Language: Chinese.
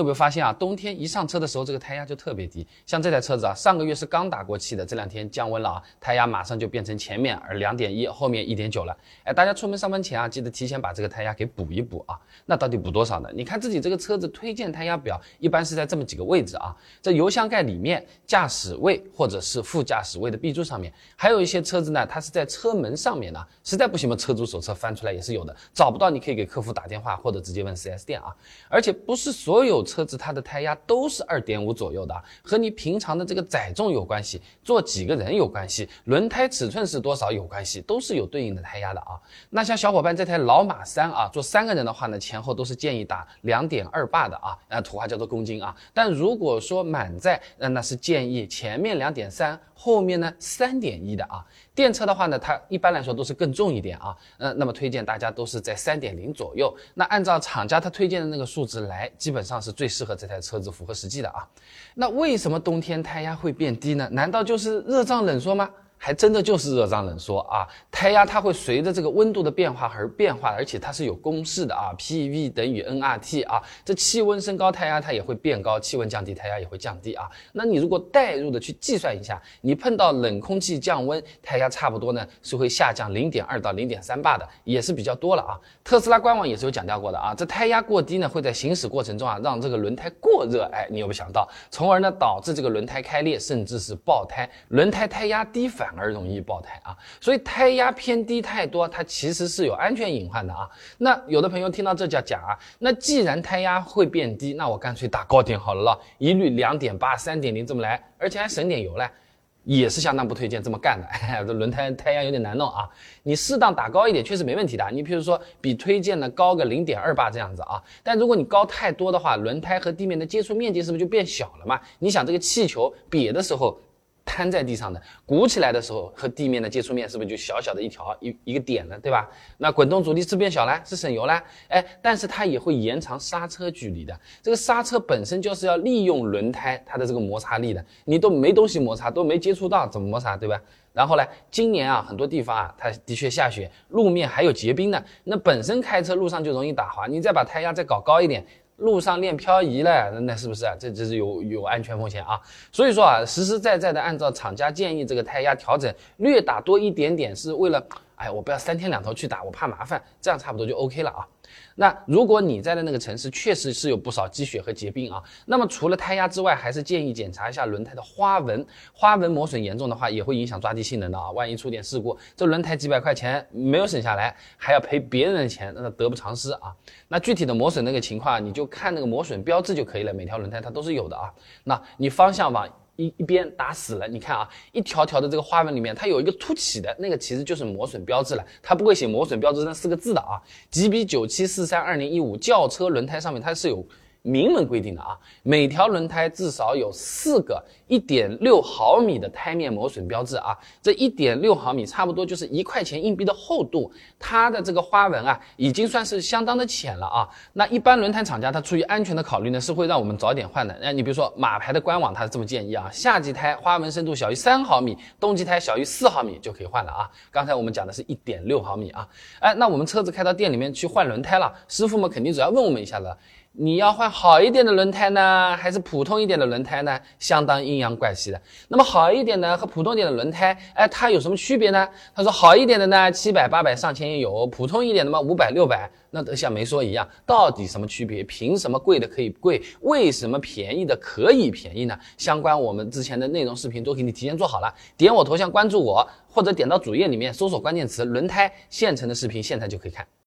会不会发现啊，冬天一上车的时候，这个胎压就特别低。像这台车子啊，上个月是刚打过气的，这2天降温了啊，胎压马上就变成前面2.1，后面1.9了。大家出门上班前啊，记得提前把这个胎压给补一补啊。那到底补多少呢？你看自己这个车子推荐胎压表，一般是在这么几个位置啊，这油箱盖里面、驾驶位或者是副驾驶位的壁柱上面，还有一些车子呢，它是在车门上面的，实在不行嘛，车主手册翻出来也是有的。找不到你可以给客服打电话或者直接问 4S 店啊。而且不是所有车子它的胎压都是2.5左右的，和你平常的这个载重有关系，坐几个人有关系，轮胎尺寸是多少有关系，都是有对应的胎压的啊。那像小伙伴这台老马3啊，坐3个人的话呢，前后都是建议打2.2巴的啊，土话叫做公斤啊。但如果说满载，那是建议前面2.3，后面呢3.1的啊。电车的话呢，它一般来说都是更重一点啊，那么推荐大家都是在3.0左右。那按照厂家他推荐的那个数值来，基本上是最适合这台车子，符合实际的啊。那为什么冬天胎压会变低呢？难道就是热胀冷缩吗？还真的就是热胀冷缩啊，胎压它会随着这个温度的变化而变化，而且它是有公式的啊 ，PV 等于 nRT 啊，这气温升高，胎压它也会变高，气温降低，胎压也会降低啊。那你如果代入的去计算一下，你碰到冷空气降温，胎压差不多呢是会下降0.2到0.3巴的，也是比较多了啊。特斯拉官网也是有讲到过的啊，这胎压过低呢会在行驶过程中啊让这个轮胎过热，你有没有想到，从而呢导致这个轮胎开裂，甚至是爆胎，轮胎胎压低反而容易爆胎啊，所以胎压偏低太多，它其实是有安全隐患的啊。那有的朋友听到这就讲啊，那既然胎压会变低，那我干脆打高点好了，一律2.8、3.0这么来，而且还省点油嘞。也是相当不推荐这么干的，这轮胎胎压有点难弄啊。你适当打高一点确实没问题的，你比如说比推荐的高个0.2巴这样子啊。但如果你高太多的话，轮胎和地面的接触面积是不是就变小了嘛？你想这个气球瘪的时候摊在地上的，鼓起来的时候和地面的接触面是不是就小小的一个点了，对吧？那滚动阻力是变小了，是省油了，但是它也会延长刹车距离的。这个刹车本身就是要利用轮胎它的这个摩擦力的，你都没东西摩擦，都没接触到，怎么摩擦，对吧？然后呢，今年啊，很多地方啊，它的确下雪，路面还有结冰呢，那本身开车路上就容易打滑，你再把胎压再搞高一点，路上练漂移了，那是不是啊？这是有安全风险啊。所以说啊，实实在在的按照厂家建议这个胎压调整，略打多一点点，是为了，我不要3天2头去打，我怕麻烦，这样差不多就 OK 了啊。那如果你在的那个城市确实是有不少积雪和结冰啊，那么除了胎压之外，还是建议检查一下轮胎的花纹，花纹磨损严重的话，也会影响抓地性能的啊。万一出点事故，这轮胎几百块钱没有省下来，还要赔别人的钱，那得不偿失啊。那具体的磨损那个情况，你就看那个磨损标志就可以了，每条轮胎它都是有的啊。那你方向往一边打死了，你看啊，一条条的这个花纹里面，它有一个凸起的，那个其实就是磨损标志了，它不会写磨损标志那4个字的啊。GB97432015轿车轮胎上面它是有明文规定的啊，每条轮胎至少有4个1.6毫米的胎面磨损标志啊，这1.6毫米差不多就是1块钱硬币的厚度，它的这个花纹啊，已经算是相当的浅了啊。那一般轮胎厂家它出于安全的考虑呢，是会让我们早点换的。你比如说马牌的官网它是这么建议啊，夏季胎花纹深度小于3毫米，冬季胎小于4毫米就可以换了啊。刚才我们讲的是1.6毫米啊，那我们车子开到店里面去换轮胎了，师傅们肯定只要问我们一下了。你要换好一点的轮胎呢，还是普通一点的轮胎呢？相当阴阳怪气的。那么好一点的和普通一点的轮胎，它有什么区别呢？他说好一点的呢，700、800上千也有；普通一点的嘛，500、600，那都像没说一样。到底什么区别？凭什么贵的可以贵？为什么便宜的可以便宜呢？相关我们之前的内容视频都给你提前做好了，点我头像关注我，或者点到主页里面搜索关键词轮胎，现成的视频现在就可以看。